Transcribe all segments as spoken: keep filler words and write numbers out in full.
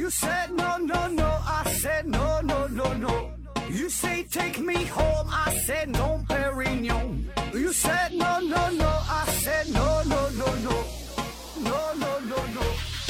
said no no no, I said no no no no. You say take me home, I said no, Perignon. You said no no no, I said no no no no, no no no no.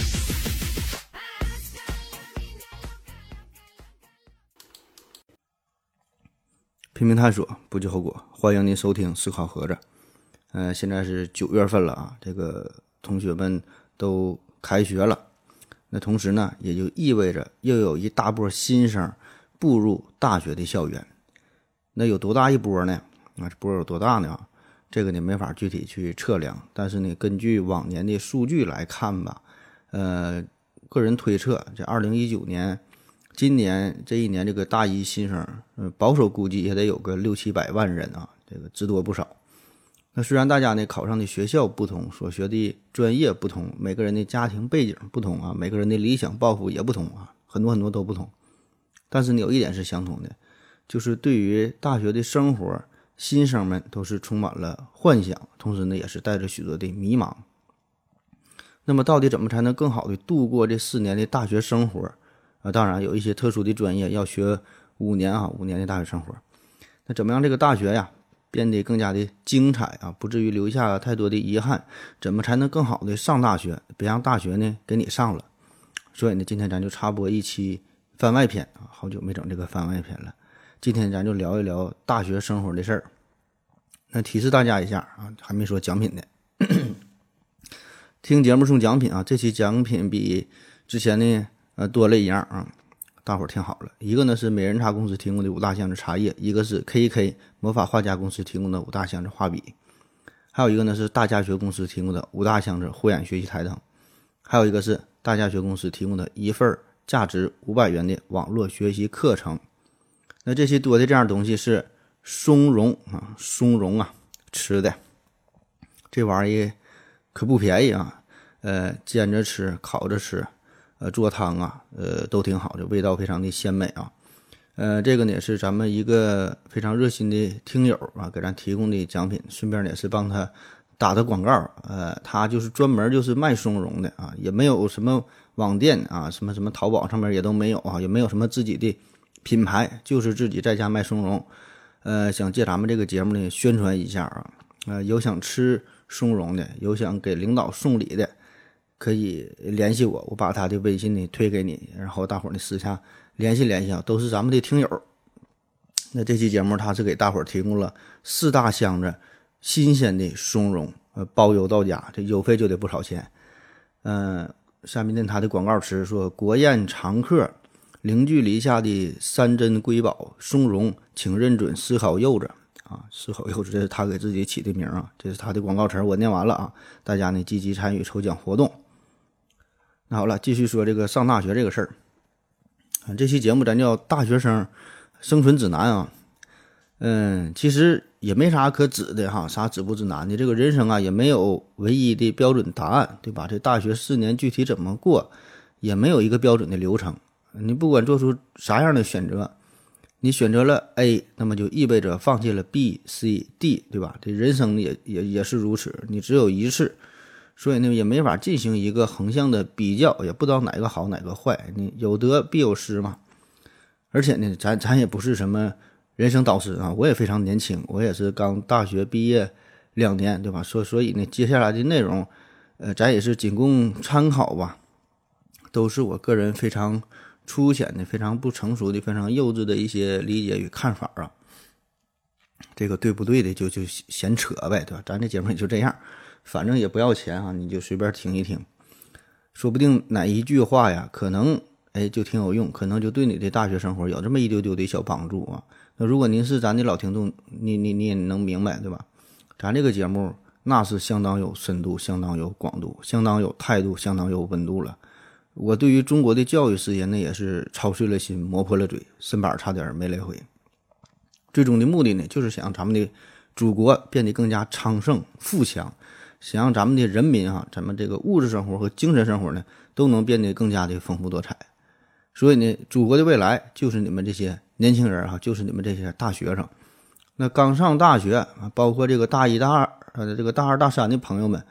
拼命探索，不计后果。欢迎您收听思考盒子。呃，现在是九月份了啊，这个同学们都开学了。那同时呢，也就意味着又有一大波新生步入大学的校园。那有多大一波呢？啊，这波有多大呢？这个你没法具体去测量，但是呢，根据往年的数据来看吧，呃，个人推测，这二零一九年，今年这一年这个大一新生，呃，保守估计也得有个六七百万人啊，这个之多不少。那虽然大家呢考上的学校不同，所学的专业不同，每个人的家庭背景不同啊，每个人的理想抱负也不同啊，很多很多都不同。但是呢，有一点是相同的，就是对于大学的生活，新生们都是充满了幻想，同时呢，也是带着许多的迷茫。那么，到底怎么才能更好的度过这四年的大学生活？啊，当然有一些特殊的专业要学五年啊，五年的大学生活。那怎么样这个大学呀？变得更加的精彩啊，不至于留下太多的遗憾。怎么才能更好的上大学，别让大学呢给你上了？所以呢，今天咱就插播一期番外篇啊，好久没整这个番外篇了。今天咱就聊一聊大学生活的事儿。那提示大家一下啊，还没说奖品呢。听节目送奖品啊，这期奖品比之前呢呃多了一样啊。大伙儿听好了，一个呢是美人茶公司提供的五大箱子茶叶，一个是 K K 魔法画家公司提供的五大箱子画笔，还有一个呢是大家学公司提供的五大箱子护眼学习台灯，还有一个是大家学公司提供的一份价值五百元的网络学习课程。那这些多的这样东西是松茸啊，松茸啊，吃的这玩意可不便宜啊，呃，煎着吃，烤着吃。呃，做汤啊，呃，都挺好的，味道非常的鲜美啊。呃，这个呢是咱们一个非常热心的听友啊，给咱提供的奖品，顺便也是帮他打的广告。呃，他就是专门就是卖松茸的啊，也没有什么网店啊，什么什么淘宝上面也都没有啊，也没有什么自己的品牌，就是自己在家卖松茸。呃，想借咱们这个节目呢宣传一下啊，呃，有想吃松茸的，有想给领导送礼的。可以联系我，我把他的微信呢推给你，然后大伙儿呢私下联系联系啊，都是咱们的听友。那这期节目他是给大伙儿提供了四大箱子新鲜的松茸，呃，包邮到家，这邮费就得不少钱。嗯、呃，下面呢他的广告词说：国宴常客，零距离下的山珍瑰宝松茸，请认准思考柚子啊，思考柚子这是他给自己起的名啊，这是他的广告词，我念完了啊，大家呢积极参与抽奖活动。那好了，继续说这个上大学这个事儿。啊，这期节目咱叫大学生生存指南啊。嗯，其实也没啥可指的哈，啥指不指南的。这个人生啊，也没有唯一的标准答案，对吧？这大学四年具体怎么过，也没有一个标准的流程。你不管做出啥样的选择，你选择了 A， 那么就意味着放弃了 B、C、D， 对吧？这人生也也也是如此，你只有一次。所以呢，也没法进行一个横向的比较，也不知道哪个好哪个坏，你有得必有失嘛。而且呢，咱咱也不是什么人生导师啊，我也非常年轻，我也是刚大学毕业两年，对吧？所所以呢，接下来的内容，呃，咱也是仅供参考吧，都是我个人非常粗浅的、非常不成熟的、非常幼稚的一些理解与看法啊。这个对不对的就就闲扯呗，对吧？咱这节目也就这样。反正也不要钱啊，你就随便听一听，说不定哪一句话呀，可能哎就挺有用，可能就对你的大学生活有这么一丢丢的小帮助啊。那如果您是咱的老听众，你你你也能明白，对吧？咱这个节目那是相当有深度，相当有广度，相当有态度，相当有温度了。我对于中国的教育事业那也是操碎了心，磨破了嘴，身板差点没来回。最终的目的呢，就是想让咱们的祖国变得更加昌盛富强，想让咱们的人民啊，咱们这个物质生活和精神生活呢，都能变得更加的丰富多彩。所以呢，祖国的未来就是你们这些年轻人啊，就是你们这些大学生。那刚上大学啊，包括这个大一大二呃这个大二大三的朋友们，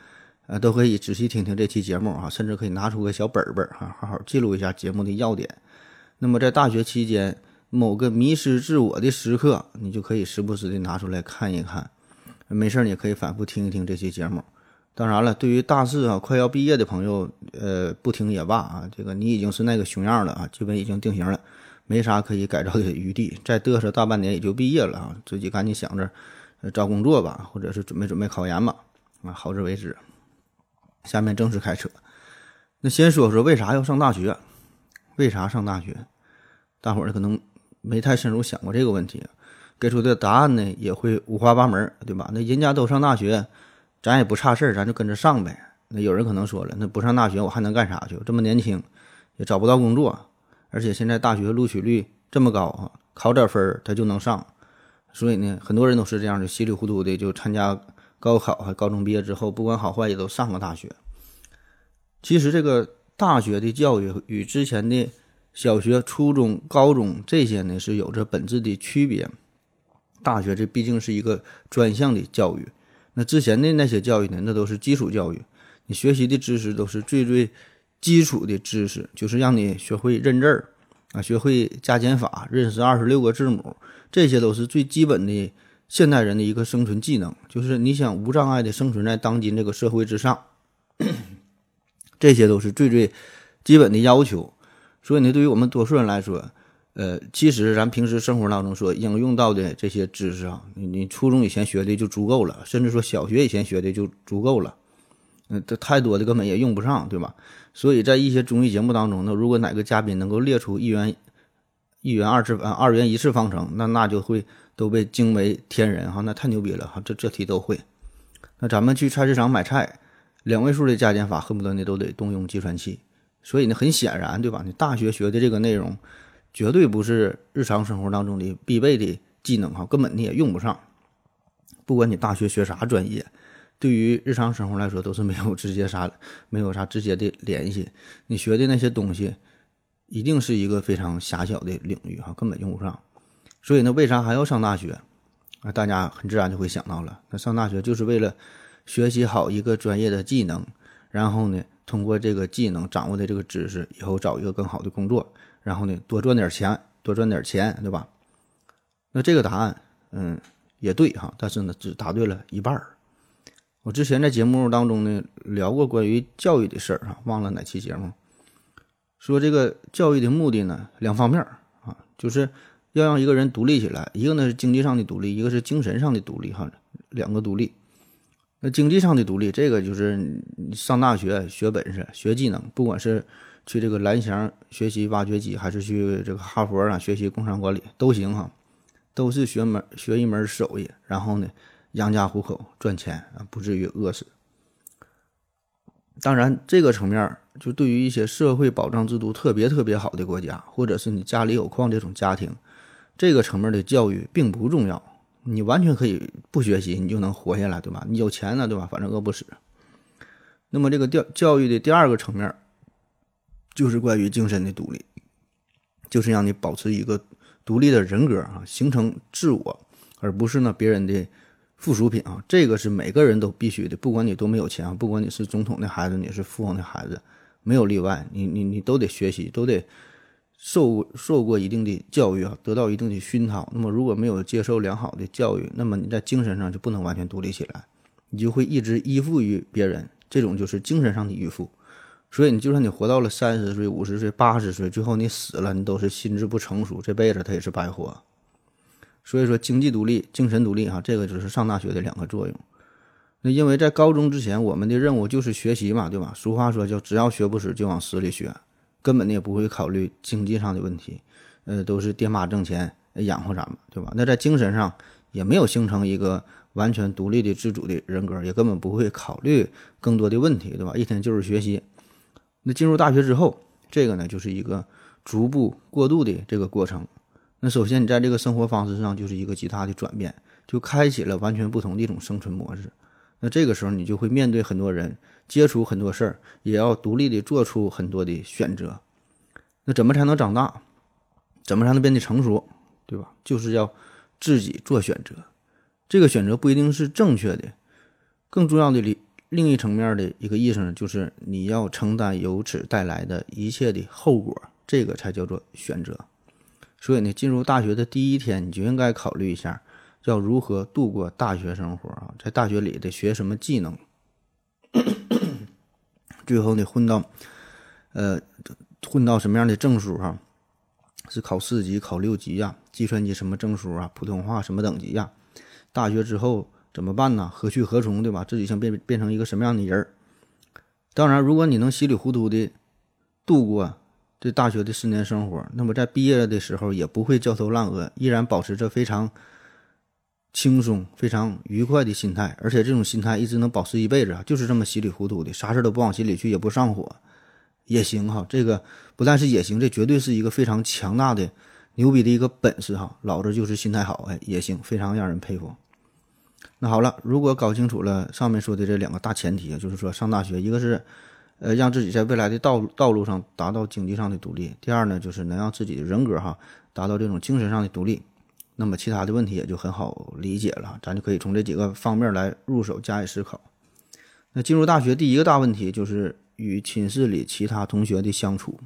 呃，都可以仔细听听这期节目啊，甚至可以拿出个小本本啊，好好记录一下节目的要点。那么在大学期间某个迷失自我的时刻，你就可以时不时的拿出来看一看，没事你也可以反复听一听这期节目。当然了，对于大四啊快要毕业的朋友，呃，不听也罢啊，这个你已经是那个熊样了啊，基本已经定型了，没啥可以改造的余地，再嘚瑟大半年也就毕业了啊，自己赶紧想着呃找工作吧，或者是准备准备考研吧，啊，好自为之。下面正式开车。那先说说为啥要上大学？为啥上大学？大伙儿可能没太深入想过这个问题，给出的答案呢也会五花八门，对吧？那人家都上大学，咱也不差事儿，咱就跟着上呗。那有人可能说了，那不上大学我还能干啥去？这么年轻，也找不到工作，而且现在大学录取率这么高啊，考点分他就能上。所以呢，很多人都是这样的，稀里糊涂的就参加高考，还高中毕业之后，不管好坏也都上个大学。其实这个大学的教育与之前的小学、初中、高中这些呢是有着本质的区别。大学这毕竟是一个专项的教育，那之前的那些教育呢，那都是基础教育，你学习的知识都是最最基础的知识，就是让你学会认字儿啊，学会加减法，认识二十六个字母，这些都是最基本的现代人的一个生存技能，就是你想无障碍的生存在当今这个社会之上，这些都是最最基本的要求。所以呢，对于我们多数人来说，呃，其实咱平时生活当中所应用到的这些知识啊，你你初中以前学的就足够了，甚至说小学以前学的就足够了，嗯、呃，这太多的根本也用不上，对吧？所以在一些综艺节目当中呢，如果哪个嘉宾能够列出一元一元二次啊二元一次方程，那那就会都被惊为天人哈，那太牛逼了哈，这这题都会。那咱们去菜市场买菜，两位数的加减法恨不得你都得动用计算器。所以呢，很显然，对吧？你大学学的这个内容，绝对不是日常生活当中的必备的技能哈，根本你也用不上。不管你大学学啥专业，对于日常生活来说都是没有直接啥没有啥直接的联系。你学的那些东西，一定是一个非常狭小的领域哈，根本用不上。所以呢，为啥还要上大学？啊，大家很自然就会想到了，那上大学就是为了学习好一个专业的技能，然后呢，通过这个技能掌握的这个知识，以后找一个更好的工作，然后呢，多赚点钱，多赚点钱，对吧？那这个答案，嗯，也对哈，但是呢，只答对了一半儿。我之前在节目当中呢聊过关于教育的事儿啊，忘了哪期节目，说这个教育的目的呢，两方面啊，就是要让一个人独立起来，一个呢是经济上的独立，一个是精神上的独立哈，两个独立。那经济上的独立，这个就是你上大学学本事、学技能，不管是去这个蓝翔学习挖掘机，还是去这个哈佛啊学习工商管理都行哈，都是学门学一门手艺，然后呢养家糊口赚钱啊，不至于饿死。当然，这个层面就对于一些社会保障制度特别特别好的国家，或者是你家里有矿这种家庭，这个层面的教育并不重要。你完全可以不学习，你就能活下来，对吧？你有钱了，对吧？反正饿不死。那么这个教教育的第二个层面，就是关于精神的独立，就是让你保持一个独立的人格啊，形成自我，而不是呢别人的附属品啊。这个是每个人都必须的，不管你多没有钱啊，不管你是总统的孩子，你是富翁的孩子，没有例外，你你你都得学习，都得受受过一定的教育啊，得到一定的熏陶。那么如果没有接受良好的教育，那么你在精神上就不能完全独立起来，你就会一直依附于别人，这种就是精神上的依附。所以你就算你活到了三十岁、五十岁、八十岁，最后你死了，你都是心智不成熟，这辈子他也是白活。所以说经济独立、精神独立哈，这个就是上大学的两个作用。那因为在高中之前，我们的任务就是学习嘛，对吧？俗话说叫只要学不死就往死里学，根本你也不会考虑经济上的问题，呃，都是爹妈挣钱养活咱们，对吧？那在精神上也没有形成一个完全独立的自主的人格，也根本不会考虑更多的问题，对吧？一天就是学习。那进入大学之后，这个呢就是一个逐步过渡的这个过程。那首先你在这个生活方式上就是一个极大的转变，就开启了完全不同的一种生存模式。那这个时候你就会面对很多人，接触很多事儿，也要独立的做出很多的选择。那怎么才能长大？怎么才能变得成熟？对吧？就是要自己做选择。这个选择不一定是正确的，更重要的里另一层面的一个意思呢，就是你要承担由此带来的一切的后果，这个才叫做选择。所以呢，进入大学的第一天，你就应该考虑一下，要如何度过大学生活啊，在大学里得学什么技能，最后呢混到，呃，混到什么样的证书哈、啊？是考四级、考六级呀、啊？计算机什么证书啊？普通话什么等级呀、啊？大学之后怎么办呢？何去何从，对吧？自己想变变成一个什么样的人？当然，如果你能稀里糊涂的度过这大学的四年生活，那么在毕业的时候也不会焦头烂额，依然保持着非常轻松、非常愉快的心态，而且这种心态一直能保持一辈子啊，就是这么稀里糊涂的，啥事都不往心里去，也不上火，也行哈。这个不但是也行，这绝对是一个非常强大的、牛逼的一个本事哈。老子就是心态好，哎，也行，非常让人佩服。那好了，如果搞清楚了上面说的这两个大前提，就是说上大学，一个是呃让自己在未来的道道路上达到经济上的独立，第二呢就是能让自己的人格哈达到这种精神上的独立，那么其他的问题也就很好理解了，咱就可以从这几个方面来入手加以思考。那进入大学第一个大问题就是与寝室里其他同学的相处。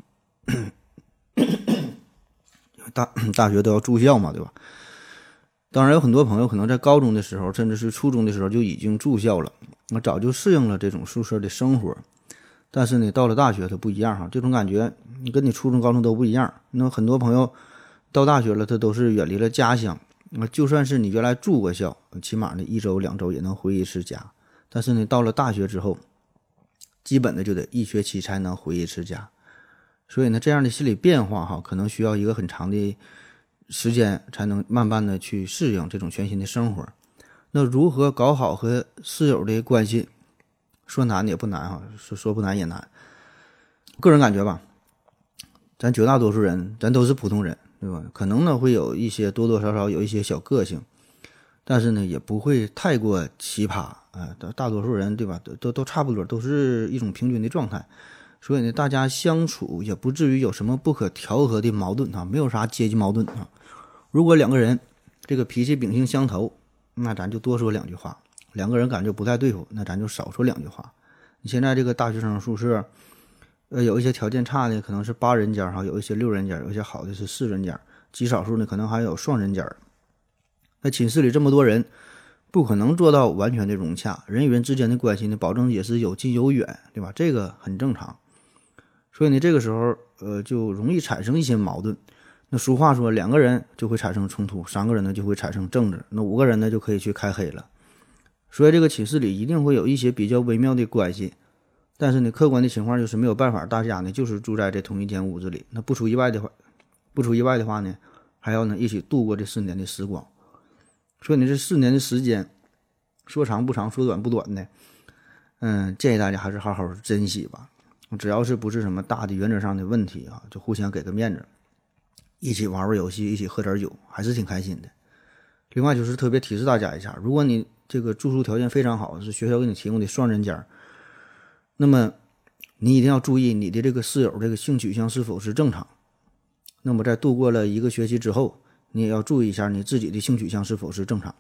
大大学都要住校嘛，对吧？当然有很多朋友可能在高中的时候甚至是初中的时候就已经住校了，那早就适应了这种宿舍的生活，但是呢到了大学它不一样哈，这种感觉跟你初中高中都不一样。那很多朋友到大学了他都是远离了家乡，那就算是你原来住过校，起码呢一周两周也能回一次家，但是呢到了大学之后基本的就得一学期才能回一次家，所以呢这样的心理变化哈可能需要一个很长的时间才能慢慢的去适应这种全新的生活。那如何搞好和室友的关系，说难也不难哈，说说不难也难。个人感觉吧，咱绝大多数人咱都是普通人，对吧？可能呢会有一些多多少少有一些小个性，但是呢也不会太过奇葩啊、呃，大多数人对吧都都都差不多，都是一种平均的状态。所以呢大家相处也不至于有什么不可调和的矛盾啊，没有啥阶级矛盾啊。如果两个人这个脾气秉性相投，那咱就多说两句话，两个人感觉不太对付，那咱就少说两句话。你现在这个大学生宿舍呃，有一些条件差的可能是八人间哈，有一些六人间，有一些好的是四人间，极少数呢可能还有双人间。那寝室里这么多人不可能做到完全的融洽，人与人之间的关系呢保证也是有近有远，对吧？这个很正常。所以呢这个时候呃就容易产生一些矛盾。那俗话说两个人就会产生冲突，三个人呢就会产生争执，那五个人呢就可以去开黑了。所以这个寝室里一定会有一些比较微妙的关系，但是呢客观的情况就是没有办法，大家呢就是住在这同一间屋子里，那不出意外的话不出意外的话呢还要呢一起度过这四年的时光。所以呢这四年的时间说长不长说短不短的，嗯，建议大家还是好好珍惜吧。只要是不是什么大的原则上的问题啊，就互相给个面子，一起玩玩游戏，一起喝点酒，还是挺开心的。另外就是特别提示大家一下，如果你这个住宿条件非常好，是学校给你提供的双人间，那么你一定要注意你的这个室友这个性取向是否是正常。那么在度过了一个学期之后，你也要注意一下你自己的性取向是否是正常。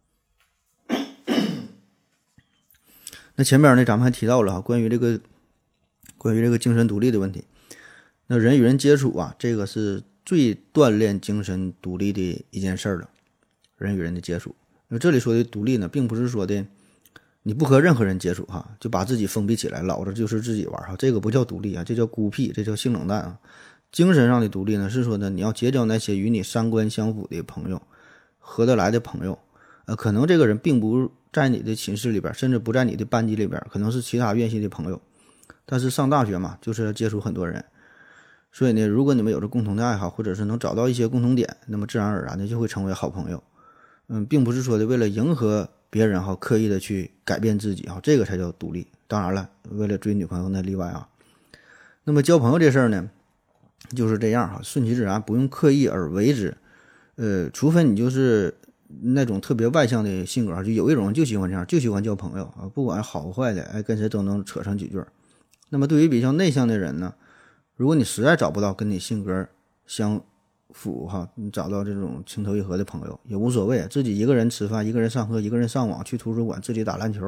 那前面呢咱们还提到了关于这个关于这个精神独立的问题。那人与人接触啊，这个是最锻炼精神独立的一件事了，人与人的接触。那这里说的独立呢，并不是说的你不和任何人接触哈，就把自己封闭起来，老子就是自己玩哈，这个不叫独立啊，这叫孤僻，这叫性冷淡啊。精神上的独立呢，是说呢，你要结交那些与你三观相符的朋友，合得来的朋友。呃，可能这个人并不在你的寝室里边，甚至不在你的班级里边，可能是其他院系的朋友。但是上大学嘛，就是要接触很多人。所以呢，如果你们有着共同的爱好，或者是能找到一些共同点，那么自然而然的就会成为好朋友。嗯，并不是说的为了迎合别人哈，刻意的去改变自己哈，这个才叫独立。当然了，为了追女朋友那例外啊。那么交朋友这事儿呢，就是这样哈，顺其自然，不用刻意而为之。呃，除非你就是那种特别外向的性格，就有一种人就喜欢这样，就喜欢交朋友啊，不管好坏的，哎，跟谁都能扯上几句。那么对于比较内向的人呢，如果你实在找不到跟你性格相符哈，你找到这种情投意合的朋友也无所谓，自己一个人吃饭，一个人上课，一个人上网，去图书馆自己打篮球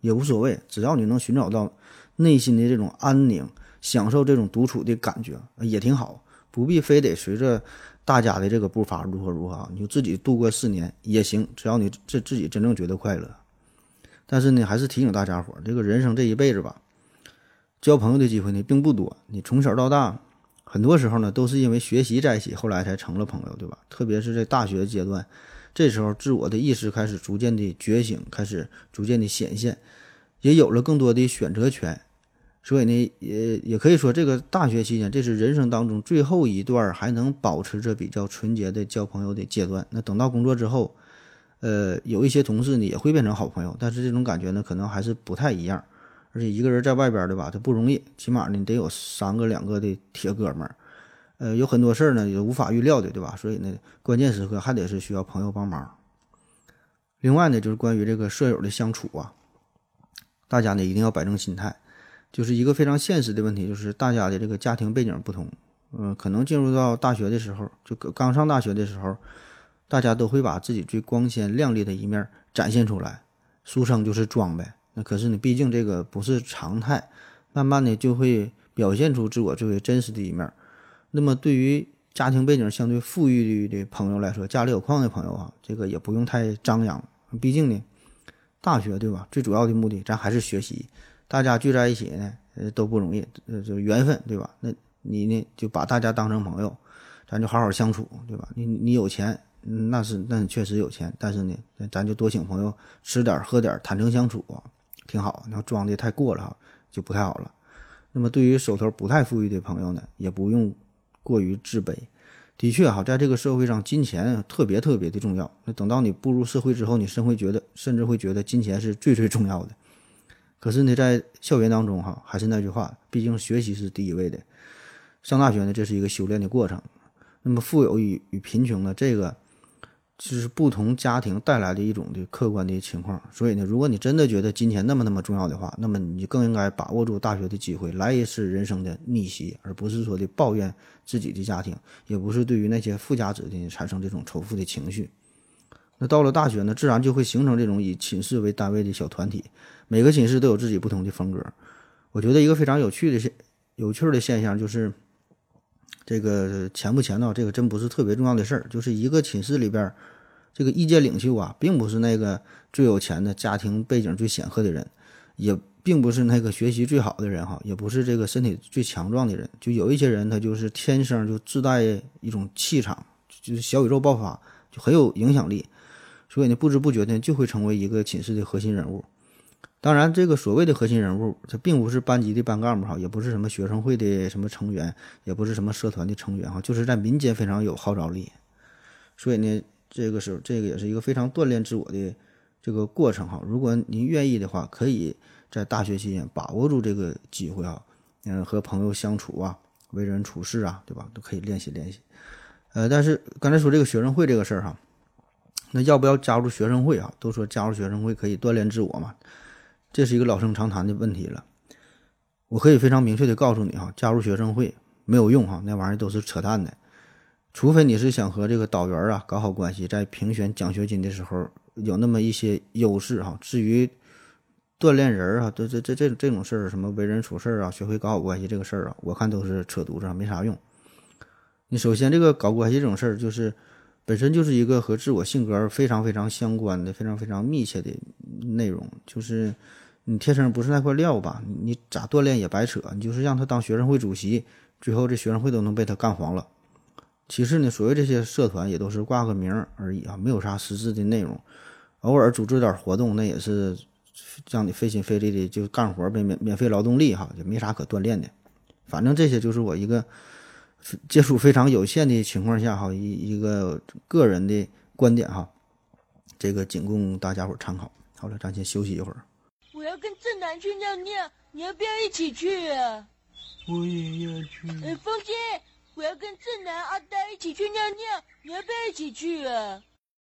也无所谓，只要你能寻找到内心的这种安宁，享受这种独处的感觉也挺好，不必非得随着大家的这个步伐如何如何，你就自己度过四年也行，只要你自自己真正觉得快乐。但是呢，还是提醒大家伙，这个人生这一辈子吧，交朋友的机会呢并不多。你从小到大，很多时候呢都是因为学习在一起，后来才成了朋友，对吧？特别是在大学阶段，这时候自我的意识开始逐渐的觉醒，开始逐渐的显现，也有了更多的选择权。所以呢，也也可以说，这个大学期间，这是人生当中最后一段还能保持着比较纯洁的交朋友的阶段。那等到工作之后，呃，有一些同事呢也会变成好朋友，但是这种感觉呢，可能还是不太一样。而且一个人在外边，对吧？他不容易，起码呢得有三个两个的铁哥们儿。呃，有很多事儿呢也无法预料的，对吧？所以呢，关键时刻还得是需要朋友帮忙。另外呢，就是关于这个舍友的相处啊，大家呢一定要摆正心态。就是一个非常现实的问题，就是大家的这个家庭背景不同，嗯、呃，可能进入到大学的时候，就刚上大学的时候，大家都会把自己最光鲜亮丽的一面展现出来，俗称就是装呗。那可是呢，毕竟这个不是常态，慢慢的就会表现出自我最为真实的一面。那么对于家庭背景相对富裕的朋友来说，家里有矿的朋友啊，这个也不用太张扬，毕竟呢，大学对吧？最主要的目的咱还是学习。大家聚在一起呢，呃，都不容易，呃，就缘分，对吧？那你呢，就把大家当成朋友，咱就好好相处，对吧？你你有钱，嗯，那是那你确实有钱，但是呢，咱就多请朋友吃点喝点，坦诚相处啊，挺好。你要装的太过了哈，就不太好了。那么对于手头不太富裕的朋友呢，也不用过于自卑。的确哈，在这个社会上，金钱特别特别的重要。那等到你步入社会之后，你甚会觉得，甚至会觉得金钱是最最重要的。可是呢，在校园当中哈，还是那句话，毕竟学习是第一位的。上大学呢，这是一个修炼的过程。那么富有与与贫穷呢，这个就是不同家庭带来的一种的客观的情况。所以呢，如果你真的觉得金钱那么那么重要的话，那么你就更应该把握住大学的机会，来一次人生的逆袭，而不是说的抱怨自己的家庭，也不是对于那些富家子弟产生这种仇富的情绪。那到了大学呢，自然就会形成这种以寝室为单位的小团体，每个寝室都有自己不同的风格。我觉得一个非常有趣的现有趣的现象就是，这个钱不钱呢，这个真不是特别重要的事儿。就是一个寝室里边，这个意见领袖啊，并不是那个最有钱的、家庭背景最显赫的人，也并不是那个学习最好的人哈，也不是这个身体最强壮的人。就有一些人，他就是天生就自带一种气场，就是小宇宙爆发，就很有影响力。所以呢，不知不觉呢，就会成为一个寝室的核心人物。当然，这个所谓的核心人物，他并不是班级的班干部哈，也不是什么学生会的什么成员，也不是什么社团的成员哈，就是在民间非常有号召力。所以呢，这个是这个也是一个非常锻炼自我的这个过程哈。如果您愿意的话，可以在大学期间把握住这个机会啊，嗯，和朋友相处啊，为人处事啊，对吧？都可以练习练习。呃，但是刚才说这个学生会这个事儿哈。那要不要加入学生会啊？都说加入学生会可以锻炼自我嘛，这是一个老生常谈的问题了。我可以非常明确的告诉你哈，加入学生会没有用哈，那玩意儿都是扯淡的。除非你是想和这个导员啊搞好关系，在评选奖学金的时候有那么一些优势哈。至于锻炼人啊，这这这这这种事儿，什么为人处事啊，学会搞好关系这个事儿啊，我看都是扯犊子，没啥用。你首先这个搞关系这种事儿，就是本身就是一个和自我性格非常非常相关的、非常非常密切的内容。就是你天生不是那块料吧，你咋锻炼也白扯。你就是让他当学生会主席，最后这学生会都能被他干黄了。其次呢，所谓这些社团也都是挂个名而已啊，没有啥实质的内容。偶尔组织点活动，那也是让你费心费力的就干活呗，免免费劳动力哈，也没啥可锻炼的。反正这些就是我一个接触非常有限的情况下哈，一一个个人的观点哈，这个仅供大家伙参考。好了，咱先休息一会儿。 我要跟正南去尿尿，你要不要一起去啊？ 我也要去。 呃，风姐，我要跟正南、阿呆一起去尿尿，你要不要一起去啊？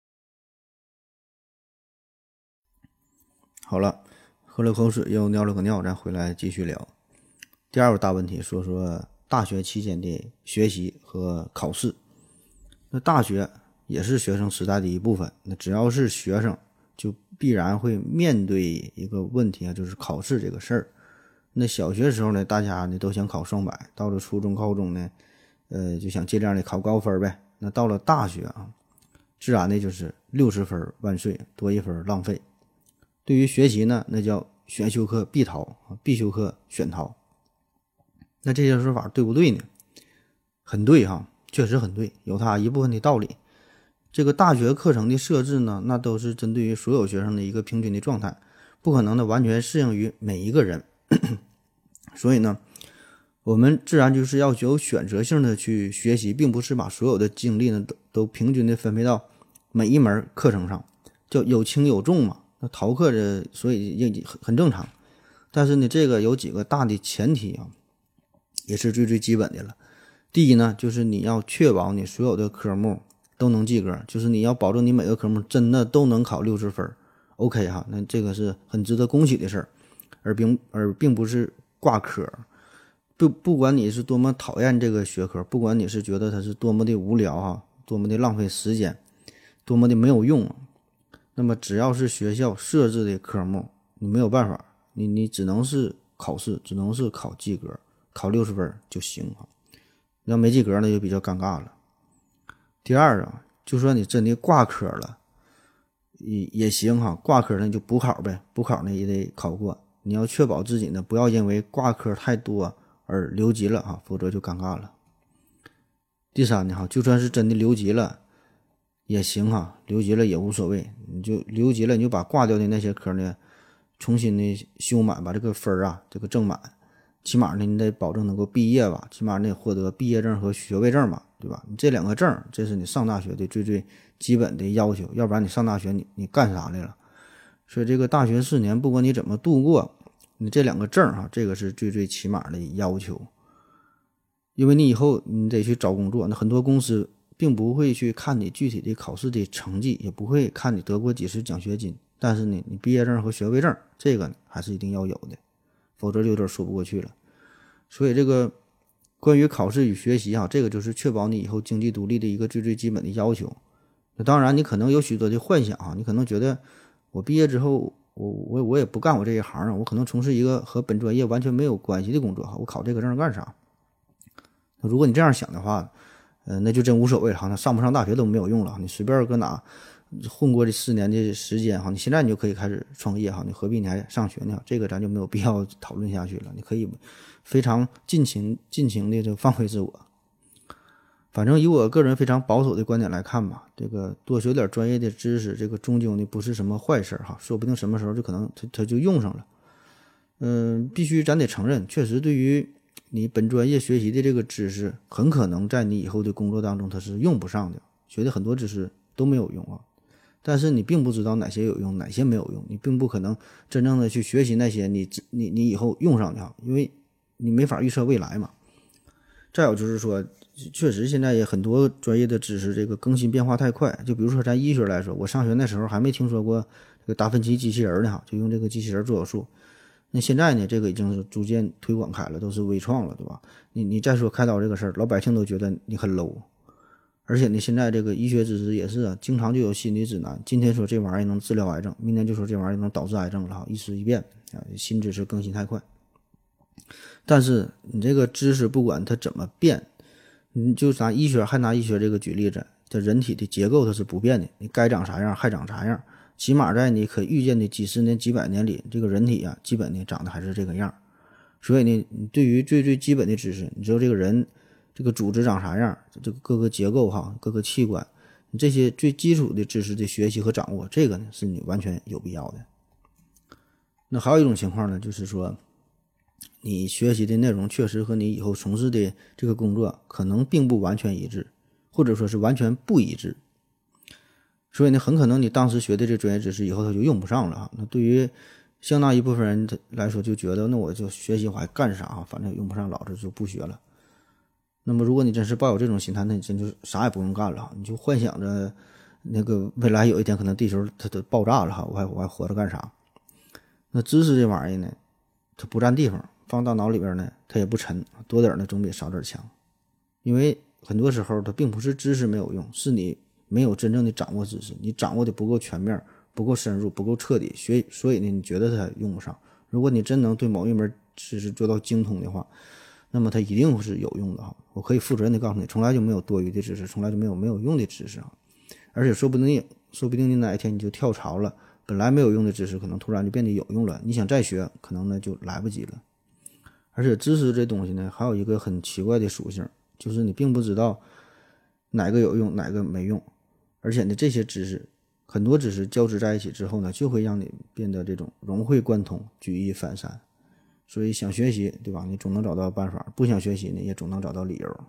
好了，喝了口水又尿了个尿，咱回来继续聊。第二个大问题，说说大学期间的学习和考试。那大学也是学生时代的一部分，那只要是学生， 就必然会面对一个问题啊，就是考试这个事儿。那小学时候呢，大家呢都想考双百，到了初中、高中呢，呃，就想尽量的考高分呗。那到了大学啊，自然的就是六十分万岁，多一分浪费。对于学习呢，那叫选修课必逃，必修课选逃。那这些说法对不对呢？很对哈，确实很对，有它一部分的道理。这个大学课程的设置呢，那都是针对于所有学生的一个平均的状态，不可能的完全适应于每一个人。所以呢，我们自然就是要有选择性的去学习，并不是把所有的精力呢都都平均的分配到每一门课程上，叫有轻有重嘛。那逃课的，所以也很很正常。但是呢，这个有几个大的前提啊，也是最最基本的了。第一呢，就是你要确保你所有的科目都能及格，就是你要保证你每个科目真的都能考六十分 OK 哈，那这个是很值得恭喜的事儿，而并而并不是挂科。不不管你是多么讨厌这个学科，不管你是觉得它是多么的无聊哈，多么的浪费时间，多么的没有用，那么只要是学校设置的科目，你没有办法，你你只能是考试，只能是考及格，考六十分就行哈。要没及格那就比较尴尬了。第二啊，就算你真的挂科了，也也行哈，挂科呢就补考呗，补考呢也得考过。你要确保自己呢不要因为挂科太多而留级了哈，否则就尴尬了。第三呢哈，就算是真的留级了也行哈，留级了也无所谓，你就留级了，你就把挂掉的那些科呢重新的修满，把这个分啊这个挣满。起码呢，你得保证能够毕业吧，起码你得获得毕业证和学位证嘛，对吧？你这两个证，这是你上大学的最最基本的要求，要不然你上大学你你干啥来了？所以这个大学四年，不管你怎么度过，你这两个证哈，这个是最最起码的要求。因为你以后你得去找工作，那很多公司并不会去看你具体的考试的成绩，也不会看你得过几次奖学金，但是呢，你毕业证和学位证这个还是一定要有的。否则就有点说不过去了。所以这个关于考试与学习啊，这个就是确保你以后经济独立的一个最最基本的要求。那当然你可能有许多的幻想啊，你可能觉得我毕业之后我我我也不干我这一行啊，我可能从事一个和本专业完全没有关系的工作，我考这个证干啥？那如果你这样想的话，呃，那就真无所谓了哈，那上不上大学都没有用了，你随便搁哪混过这四年的时间哈，你现在你就可以开始创业哈，你何必你还上学呢？这个咱就没有必要讨论下去了。你可以非常尽情尽情的就放飞自我。反正以我个人非常保守的观点来看吧，这个多学点专业的知识，这个终究呢不是什么坏事哈，说不定什么时候就可能它它就用上了。嗯，必须咱得承认，确实对于你本专业学习的这个知识，很可能在你以后的工作当中它是用不上的，学的很多知识都没有用啊。但是你并不知道哪些有用，哪些没有用，你并不可能真正的去学习那些你你你以后用上的，因为你没法预测未来嘛。再有就是说，确实现在也很多专业的知识这个更新变化太快，就比如说咱医学来说，我上学那时候还没听说过这个达芬奇机器人呢，就用这个机器人做手术。那现在呢，这个已经是逐渐推广开了，都是微创了，对吧？你你再说开刀这个事儿，老百姓都觉得你很 low。而且呢，现在这个医学知识也是啊，经常就有新的指南。今天说这玩意儿能治疗癌症，明天就说这玩意儿能导致癌症了哈，一时一变啊，新知识更新太快。但是你这个知识不管它怎么变，你就拿医学还拿医学这个举例子，这人体的结构它是不变的，你该长啥样还长啥样，起码在你可预见的几十年几百年里，这个人体啊基本呢长得还是这个样。所以呢，你对于最最基本的知识，你知道这个人这个组织长啥样，这个各个结构哈，各个器官，你这些最基础的知识的学习和掌握，这个呢是你完全有必要的。那还有一种情况呢，就是说你学习的内容确实和你以后从事的这个工作可能并不完全一致，或者说是完全不一致。所以呢，很可能你当时学的这专业知识以后它就用不上了哈。那对于相当一部分人来说，就觉得那我就学习我还干啥啊？反正用不上，老子就不学了。那么如果你真是抱有这种心态，那你真就啥也不用干了，你就幻想着那个未来有一天可能地球它都爆炸了哈，我还我还活着干啥？那知识这玩意儿呢，它不占地方，放大脑里边呢，它也不沉，多点呢总比少点强。因为很多时候它并不是知识没有用，是你没有真正的掌握知识，你掌握的不够全面， 不够深入，不够彻底，学所以呢，你觉得它用不上。如果你真能对某一门知识做到精通的话，那么它一定是有用的哈。我可以负责任的告诉你，从来就没有多余的知识，从来就没有没有用的知识啊。而且说不定，说不定你哪一天你就跳槽了，本来没有用的知识，可能突然就变得有用了。你想再学，可能呢就来不及了。而且知识这东西呢，还有一个很奇怪的属性，就是你并不知道哪个有用，哪个没用。而且呢，这些知识，很多知识交织在一起之后呢，就会让你变得这种融会贯通、举一反三。所以想学习，对吧？你总能找到办法；不想学习呢，也总能找到理由。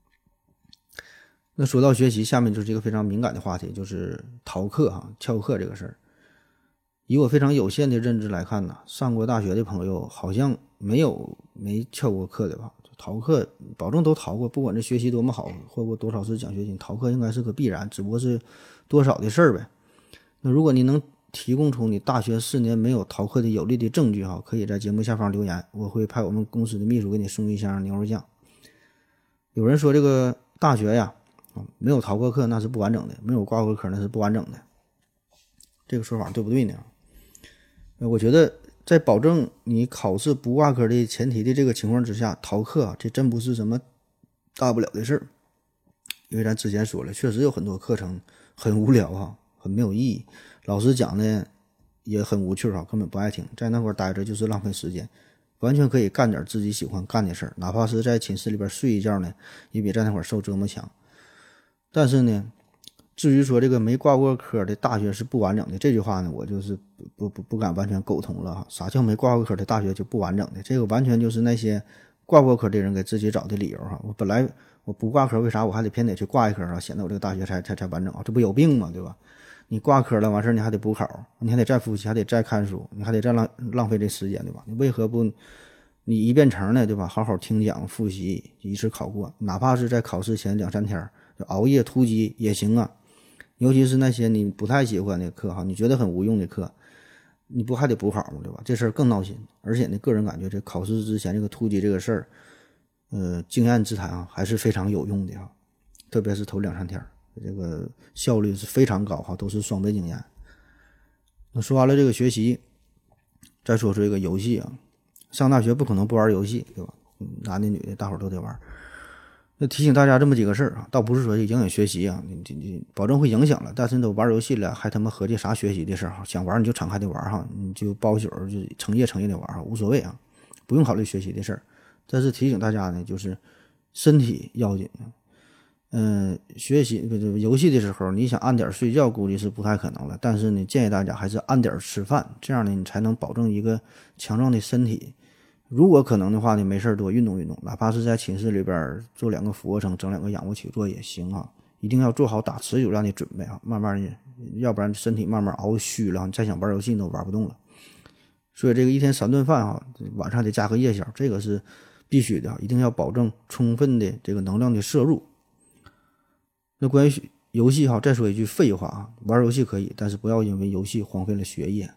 那说到学习，下面就是一个非常敏感的话题，就是逃课哈、翘课这个事儿。以我非常有限的认知来看呢，上过大学的朋友好像没有没翘过课的吧？逃课保证都逃过，不管这学习多么好，获过多少次奖学金，逃课应该是个必然，只不过是多少的事儿呗。那如果你能提供出你大学四年没有逃课的有力的证据哈，可以在节目下方留言，我会派我们公司的秘书给你送一箱牛肉酱。有人说这个大学呀，没有逃过课那是不完整的，没有挂过科那是不完整的，这个说法对不对呢？我觉得在保证你考试不挂科的前提的这个情况之下，逃课这真不是什么大不了的事儿。因为咱之前说了，确实有很多课程很无聊哈，很没有意义，老师讲的也很无趣哈，根本不爱听，在那块待着就是浪费时间，完全可以干点自己喜欢干的事儿，哪怕是在寝室里边睡一觉呢，也比在那块受折磨强。但是呢，至于说这个没挂过科的大学是不完整的这句话呢，我就是不不不敢完全苟同了哈。啥叫没挂过科的大学就不完整的？这个完全就是那些挂过科的人给自己找的理由哈。我本来我不挂科，为啥我还得偏得去挂一科啊？显得我这个大学才才才完整啊？这不有病吗？对吧？你挂科了完事儿，你还得补考，你还得再复习，还得再看书，你还得再浪浪费这时间，对吧？你为何不你一遍成呢？对吧？好好听讲复习，一次考过，哪怕是在考试前两三天就熬夜突击也行啊。尤其是那些你不太喜欢的课哈，你觉得很无用的课，你不还得补考吗？对吧？这事儿更闹心。而且呢，个人感觉这考试之前这个突击这个事儿，呃，经验之谈啊，还是非常有用的哈。特别是头两三天，这个效率是非常高哈，都是双倍经验。那说完了这个学习，再说说这个游戏啊。上大学不可能不玩游戏，对吧？男的女的大伙儿都得玩。那提醒大家这么几个事儿啊，倒不是说影响学习啊，你你你保证会影响了，但是你都玩游戏了，还他妈合计啥学习的事儿哈？想玩你就敞开的玩哈，你就包宿就成夜成夜的玩哈，无所谓啊，不用考虑学习的事儿。但是提醒大家呢，就是身体要紧啊。嗯，学习不是游戏的时候，你想按点睡觉，估计是不太可能了。但是呢，建议大家还是按点吃饭，这样呢，你才能保证一个强壮的身体。如果可能的话呢，没事多运动运动，哪怕是在寝室里边做两个俯卧撑，整两个仰卧起坐也行啊。一定要做好打持久战的准备啊，慢慢的，要不然身体慢慢熬虚了，你再想玩游戏你都玩不动了。所以这个一天三顿饭啊，晚上得加个夜宵，这个是必须的，一定要保证充分的这个能量的摄入。那关于游戏哈，再说一句废话啊，玩游戏可以，但是不要因为游戏荒废了学业。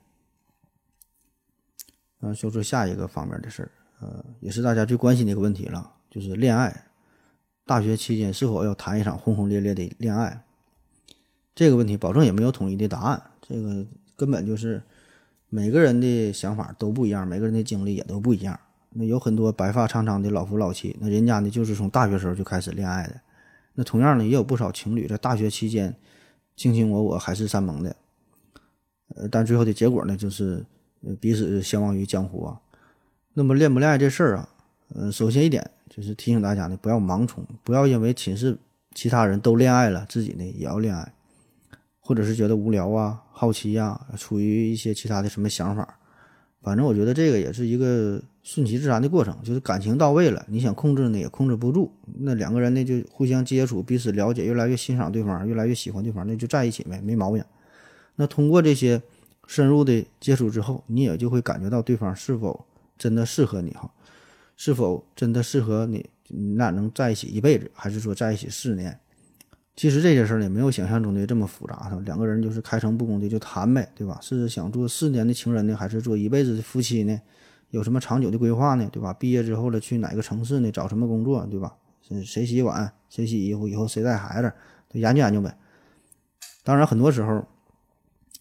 啊，说说下一个方面的事儿，呃，也是大家最关心的一个问题了，就是恋爱。大学期间是否要谈一场轰轰烈烈的恋爱？这个问题保证也没有统一的答案，这个根本就是每个人的想法都不一样，每个人的经历也都不一样。那有很多白发苍苍的老夫老妻，那人家呢就是从大学时候就开始恋爱的。那同样呢，也有不少情侣在大学期间卿卿我我，海誓山盟的，呃，但最后的结果呢，就是呃彼此相忘于江湖啊。那么恋不恋爱这事儿啊，呃，首先一点就是提醒大家呢，不要盲从，不要因为寝室其他人都恋爱了，自己呢也要恋爱，或者是觉得无聊啊、好奇啊，出于一些其他的什么想法。反正我觉得这个也是一个顺其自然的过程，就是感情到位了，你想控制呢也控制不住，那两个人呢就互相接触，彼此了解，越来越欣赏对方，越来越喜欢对方，那就在一起呗，没毛病。那通过这些深入的接触之后，你也就会感觉到对方是否真的适合你哈，是否真的适合你，你俩能在一起一辈子，还是说在一起四年？其实这些事儿呢，没有想象中的这么复杂，两个人就是开诚布公的就谈呗，对吧？是想做四年的情人呢，还是做一辈子的夫妻呢？有什么长久的规划呢？对吧？毕业之后了，去哪个城市呢？找什么工作，对吧？谁洗碗，谁洗衣服，以后谁带孩子，都研究研究呗。当然，很多时候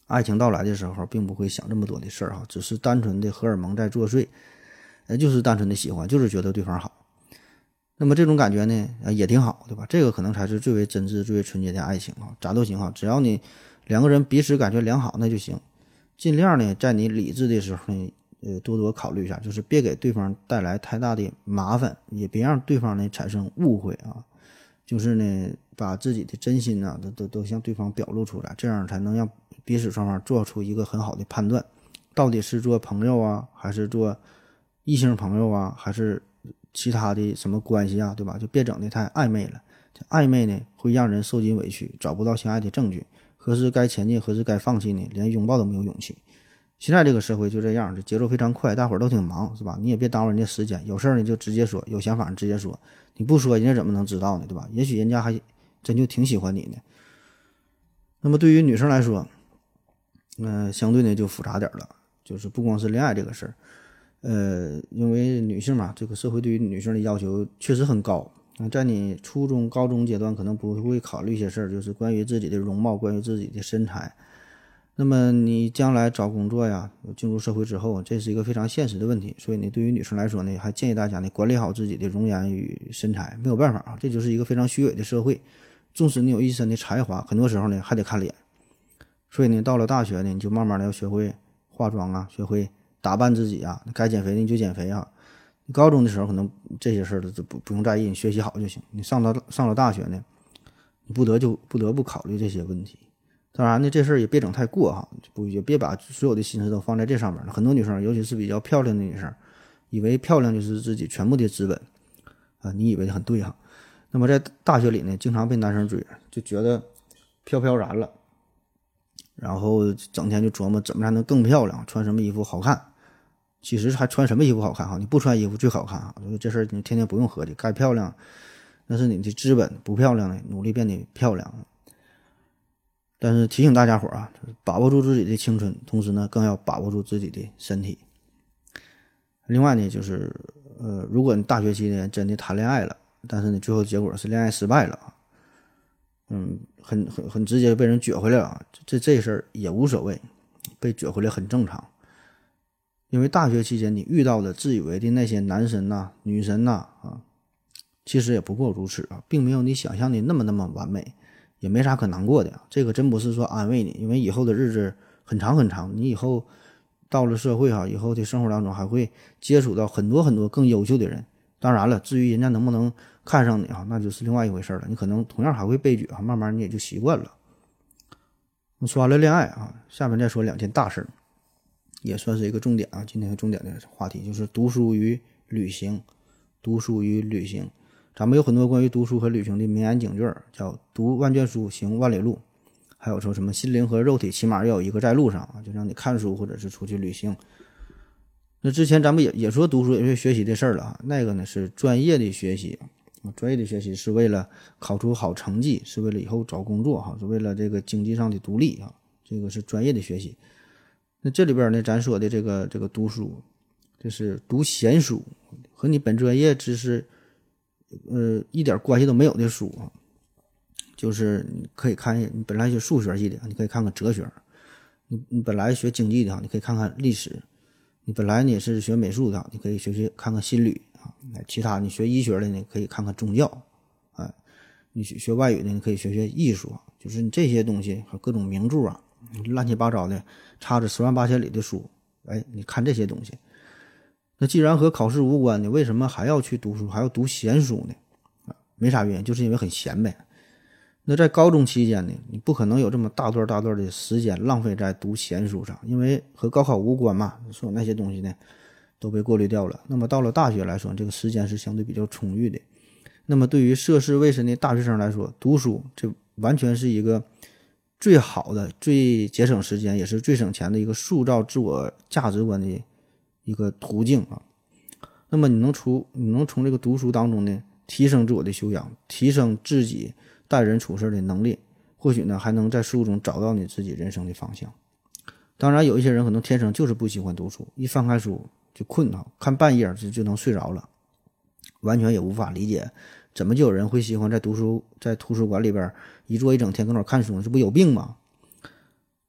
爱情到来的时候并不会想这么多的事儿哈，只是单纯的荷尔蒙在作祟，呃，就是单纯的喜欢，就是觉得对方好。那么这种感觉呢，呃，也挺好，对吧？这个可能才是最为真挚、最为纯洁的爱情啊，咋都行哈，只要你两个人彼此感觉良好，那就行。尽量呢，在你理智的时候呢，呃，多多考虑一下，就是别给对方带来太大的麻烦，也别让对方呢产生误会啊。就是呢，把自己的真心啊，都都都向对方表露出来，这样才能让彼此双方做出一个很好的判断，到底是做朋友啊，还是做异性朋友啊，还是其他的什么关系啊，对吧？就别整的太暧昧了，这暧昧呢会让人受尽委屈，找不到相爱的证据，何时该前进，何时该放弃呢？连拥抱都没有勇气。现在这个社会就这样，这节奏非常快，大伙儿都挺忙，是吧？你也别耽误人家时间，有事儿呢就直接说，有想法你直接说，你不说人家怎么能知道呢，对吧？也许人家还真就挺喜欢你呢。那么对于女生来说，嗯、呃，相对呢就复杂点了，就是不光是恋爱这个事儿，呃，因为女性嘛，这个社会对于女生的要求确实很高。在你初中、高中阶段，可能不会考虑一些事儿，就是关于自己的容貌，关于自己的身材。那么你将来找工作呀，进入社会之后，这是一个非常现实的问题。所以呢，对于女生来说呢，还建议大家呢管理好自己的容颜与身材。没有办法啊，这就是一个非常虚伪的社会。纵使你有一身的才华，很多时候呢还得看脸。所以呢，到了大学呢，你就慢慢的要学会化妆啊，学会打扮自己啊，该减肥的你就减肥啊。你高中的时候可能这些事儿都不不用在意，你学习好就行。你上到上了大学呢，你不得就不得不考虑这些问题。当然呢，这事儿也别整太过哈，不也别把所有的心思都放在这上面了。很多女生，尤其是比较漂亮的女生，以为漂亮就是自己全部的资本啊，你以为很对哈。那么在大学里呢，经常被男生追，就觉得飘飘然了，然后整天就琢磨怎么才能更漂亮，穿什么衣服好看。其实还穿什么衣服好看哈？你不穿衣服最好看啊！所以这事儿你天天不用合计，该漂亮那是你的资本，不漂亮呢，努力变得漂亮。但是提醒大家伙啊，把握住自己的青春，同时呢，更要把握住自己的身体。另外呢，就是呃，如果你大学期间真的谈恋爱了，但是你最后结果是恋爱失败了，嗯，很很很直接被人撅回来了，这这事儿也无所谓，被撅回来很正常。因为大学期间你遇到的自以为的那些男神呐、啊、女神呐 啊, 啊，其实也不过如此啊，并没有你想象的那么那么完美。也没啥可难过的，这个真不是说安慰你，因为以后的日子很长很长，你以后到了社会哈，以后的生活当中还会接触到很多很多更优秀的人。当然了，至于人家能不能看上你啊，那就是另外一回事了。你可能同样还会被拒啊，慢慢你也就习惯了。我说完了恋爱啊，下面再说两件大事，也算是一个重点啊。今天重点的话题就是读书与旅行，读书与旅行。咱们有很多关于读书和旅行的名言警句，叫读万卷书行万里路，还有说什么心灵和肉体起码要有一个在路上啊，就让你看书或者是出去旅行。那之前咱们也也说读书也是学习的事儿了啊，那个呢是专业的学习，专业的学习是为了考出好成绩，是为了以后找工作哈，是为了这个经济上的独立啊，这个是专业的学习。那这里边呢，咱说的这个这个读书，这是读闲书，和你本专业知识呃，一点关系都没有的书啊，就是你可以看，你本来学数学系的，你可以看看哲学；你你本来学经济的，你可以看看历史；你本来你是学美术的，你可以学学看看心理啊。其他你学医学的，你可以看看宗教啊；你学学外语的，你可以学学艺术。就是你这些东西和各种名著啊，乱七八糟的，差着十万八千里的书，哎，你看这些东西。那既然和考试无关，你为什么还要去读书，还要读闲书呢？啊，没啥原因，就是因为很闲呗。那在高中期间呢，你不可能有这么大段大段的时间浪费在读闲书上，因为和高考无关嘛，所有那些东西呢都被过滤掉了。那么到了大学来说，这个时间是相对比较充裕的。那么对于涉世未深的大学生来说，读书这完全是一个最好的、最节省时间，也是最省钱的一个塑造自我价值观的一个途径啊。那么你能从你能从这个读书当中呢，提升自我的修养，提升自己待人处事的能力，或许呢还能在书中找到你自己人生的方向。当然有一些人可能天生就是不喜欢读书，一翻开书就困啊，看半页就就能睡着了，完全也无法理解怎么就有人会喜欢在读书在图书馆里边一坐一整天跟那看书，这不有病吗？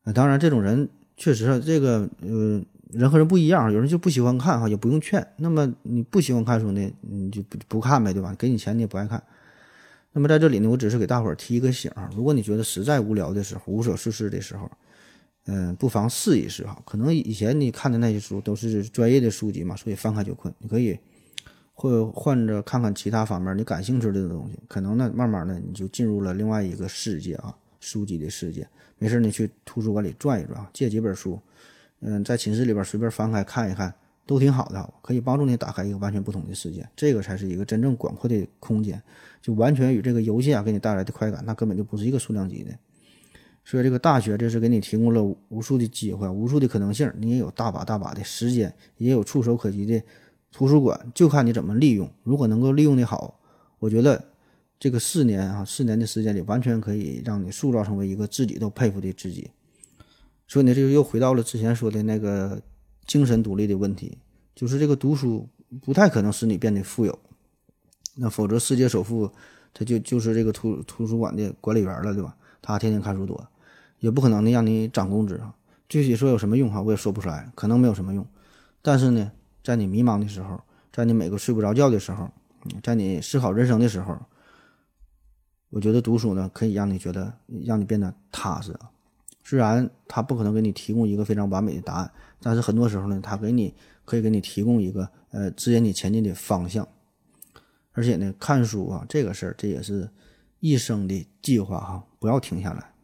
呃、当然这种人确实这个呃人和人不一样，有人就不喜欢看哈，也不用劝。那么你不喜欢看书呢，你就不不看呗，对吧？给你钱你也不爱看。那么在这里呢，我只是给大伙儿提一个醒啊，如果你觉得实在无聊的时候，无所事事的时候，嗯、呃，不妨试一试哈。可能以前你看的那些书都是专业的书籍嘛，所以翻开就困。你可以会换着看看其他方面你感兴趣的东西，可能呢慢慢的你就进入了另外一个世界啊，书籍的世界。没事你去图书馆里转一转，借几本书，嗯，在寝室里边随便翻开看一看，都挺好的，可以帮助你打开一个完全不同的世界。这个才是一个真正广阔的空间，就完全与这个游戏啊给你带来的快感，那根本就不是一个数量级的。所以这个大学这是给你提供了无数的机会，无数的可能性，你也有大把大把的时间，也有触手可及的图书馆，就看你怎么利用。如果能够利用的好，我觉得这个四年啊，四年的时间里，完全可以让你塑造成为一个自己都佩服的自己。所以呢，这就又回到了之前说的那个精神独立的问题，就是这个读书不太可能使你变得富有，那否则世界首富他就就是这个图图书馆的管理员了，对吧？他天天看书多，也不可能的让你涨工资啊。具体说有什么用哈，我也说不出来，可能没有什么用。但是呢，在你迷茫的时候，在你每个睡不着觉的时候，在你思考人生的时候，我觉得读书呢可以让你觉得让你变得踏实啊。虽然它不可能给你提供一个非常完美的答案，但是很多时候呢，它给你可以给你提供一个呃指引你前进的方向。而且呢，看书啊这个事儿，这也是一生的计划哈，不要停下来。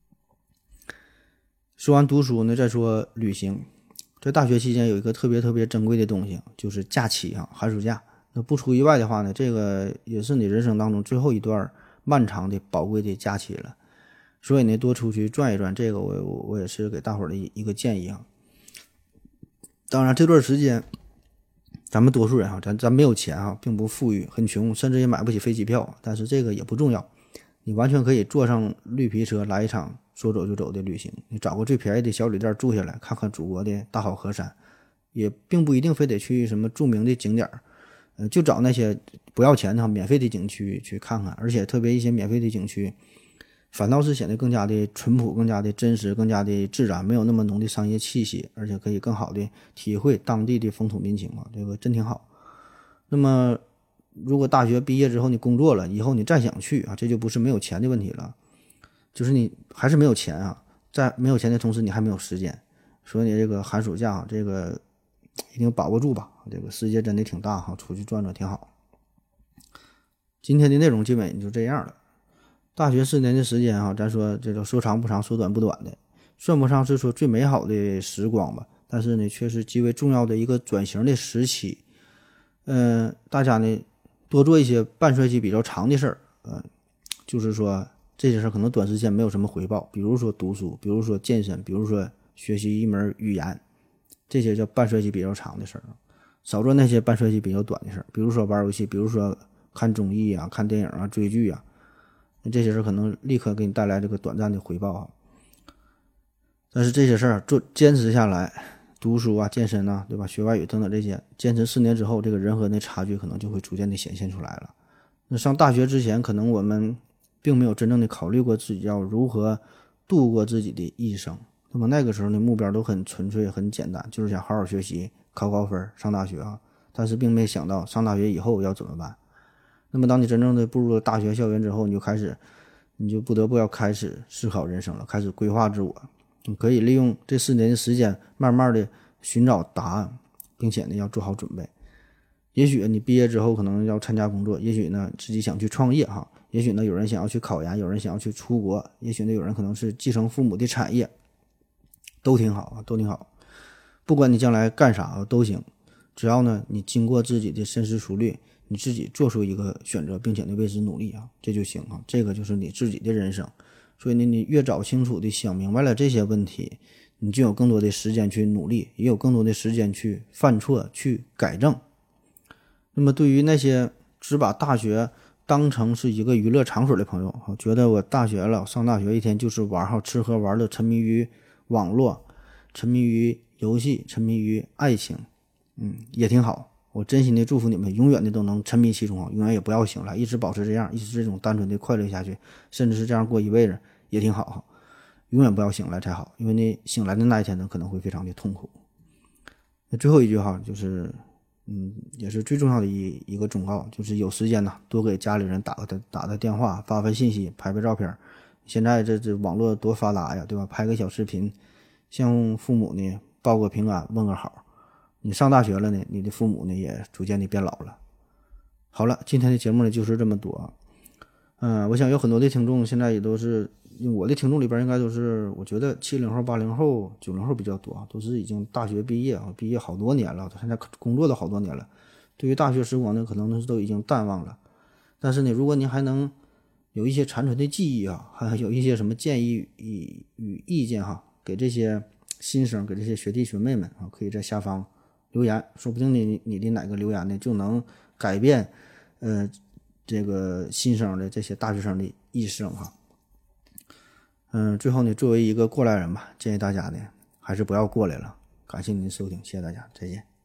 说完读书呢，再说旅行。在大学期间有一个特别特别珍贵的东西，就是假期啊，寒暑假。那不出意外的话呢，这个也是你人生当中最后一段漫长的宝贵的假期了。所以呢，多出去转一转，这个我我我也是给大伙儿的一个建议啊。当然这段时间咱们多数人哈，咱咱没有钱啊，并不富裕，很穷，甚至也买不起飞机票，但是这个也不重要，你完全可以坐上绿皮车来一场说走就走的旅行。你找个最便宜的小旅店住下来，看看祖国的大好河山，也并不一定非得去什么著名的景点，呃，就找那些不要钱的免费的景区去看看。而且特别一些免费的景区，反倒是显得更加的淳朴，更加的真实，更加的自然，没有那么浓的商业气息，而且可以更好的体会当地的风土民情嘛，这个真挺好。那么如果大学毕业之后你工作了以后，你再想去啊，这就不是没有钱的问题了，就是你还是没有钱啊，在没有钱的同时你还没有时间。所以你这个寒暑假这个一定把握住吧，这个世界真的挺大哈，出去转转挺好。今天的内容基本就这样了。大学四年的时间啊，咱说这个说长不长，说短不短的，算不上是说最美好的时光吧，但是呢，却是极为重要的一个转型的时期。嗯、呃，大家呢多做一些半衰期比较长的事儿，呃，就是说这些事儿可能短时间没有什么回报，比如说读书，比如说健身，比如说学习一门语言，这些叫半衰期比较长的事儿。少做那些半衰期比较短的事儿，比如说玩游戏，比如说看综艺啊、看电影啊、追剧啊。这些事可能立刻给你带来这个短暂的回报啊，但是这些事儿做坚持下来，读书啊、健身啊，对吧？学外语等等这些，坚持四年之后，这个人和人的差距可能就会逐渐的显现出来了。那上大学之前，可能我们并没有真正的考虑过自己要如何度过自己的一生。那么那个时候呢，目标都很纯粹、很简单，就是想好好学习、考高分、上大学啊。但是并没想到上大学以后要怎么办。那么当你真正的步入了大学校园之后，你就开始你就不得不要开始思考人生了，开始规划自我。你可以利用这四年的时间慢慢的寻找答案，并且呢要做好准备。也许你毕业之后可能要参加工作，也许呢自己想去创业哈，也许呢有人想要去考研，有人想要去出国，也许呢有人可能是继承父母的产业，都挺好，都挺好。不管你将来干啥都行，只要呢你经过自己的深思熟虑，你自己做出一个选择，并且呢为之努力啊，这就行啊，这个就是你自己的人生。所以呢，你越早清楚的想明白了这些问题，你就有更多的时间去努力，也有更多的时间去犯错、去改正。那么对于那些只把大学当成是一个娱乐场所的朋友，觉得我大学了，上大学一天就是玩好吃喝玩乐，沉迷于网络，沉迷于游戏，沉迷于爱情，嗯，也挺好。我真心的祝福你们永远的都能沉迷其中，永远也不要醒来，一直保持这样，一直这种单纯的快乐下去，甚至是这样过一辈子也挺好。 永远不要醒来才好，因为你醒来的那一天呢可能会非常的痛苦。那最后一句哈，就是嗯，也是最重要的一一个忠告，就是有时间呢多给家里人打个打个电话，发发信息，拍拍照片。现在这这网络多发达呀，对吧？拍个小视频，向父母呢报个平安，问个好。你上大学了呢，你的父母呢也逐渐的变老了。好了，今天的节目呢就是这么多。嗯、呃，我想有很多的听众现在也都是，我的听众里边应该都是，我觉得七零后、八零后、九零后比较多，都是已经大学毕业啊，毕业好多年了，现在工作都好多年了。对于大学时光呢，可能都已经淡忘了。但是呢，如果您还能有一些残存的记忆啊，还有一些什么建议与与意见哈，给这些新生，给这些学弟学妹们啊，可以在下方留言，说不定你你的哪个留言呢，就能改变呃这个新生的这些大学生的一生哈。嗯，最后呢，作为一个过来人吧，建议大家呢还是不要过来了。感谢您的收听，谢谢大家，再见。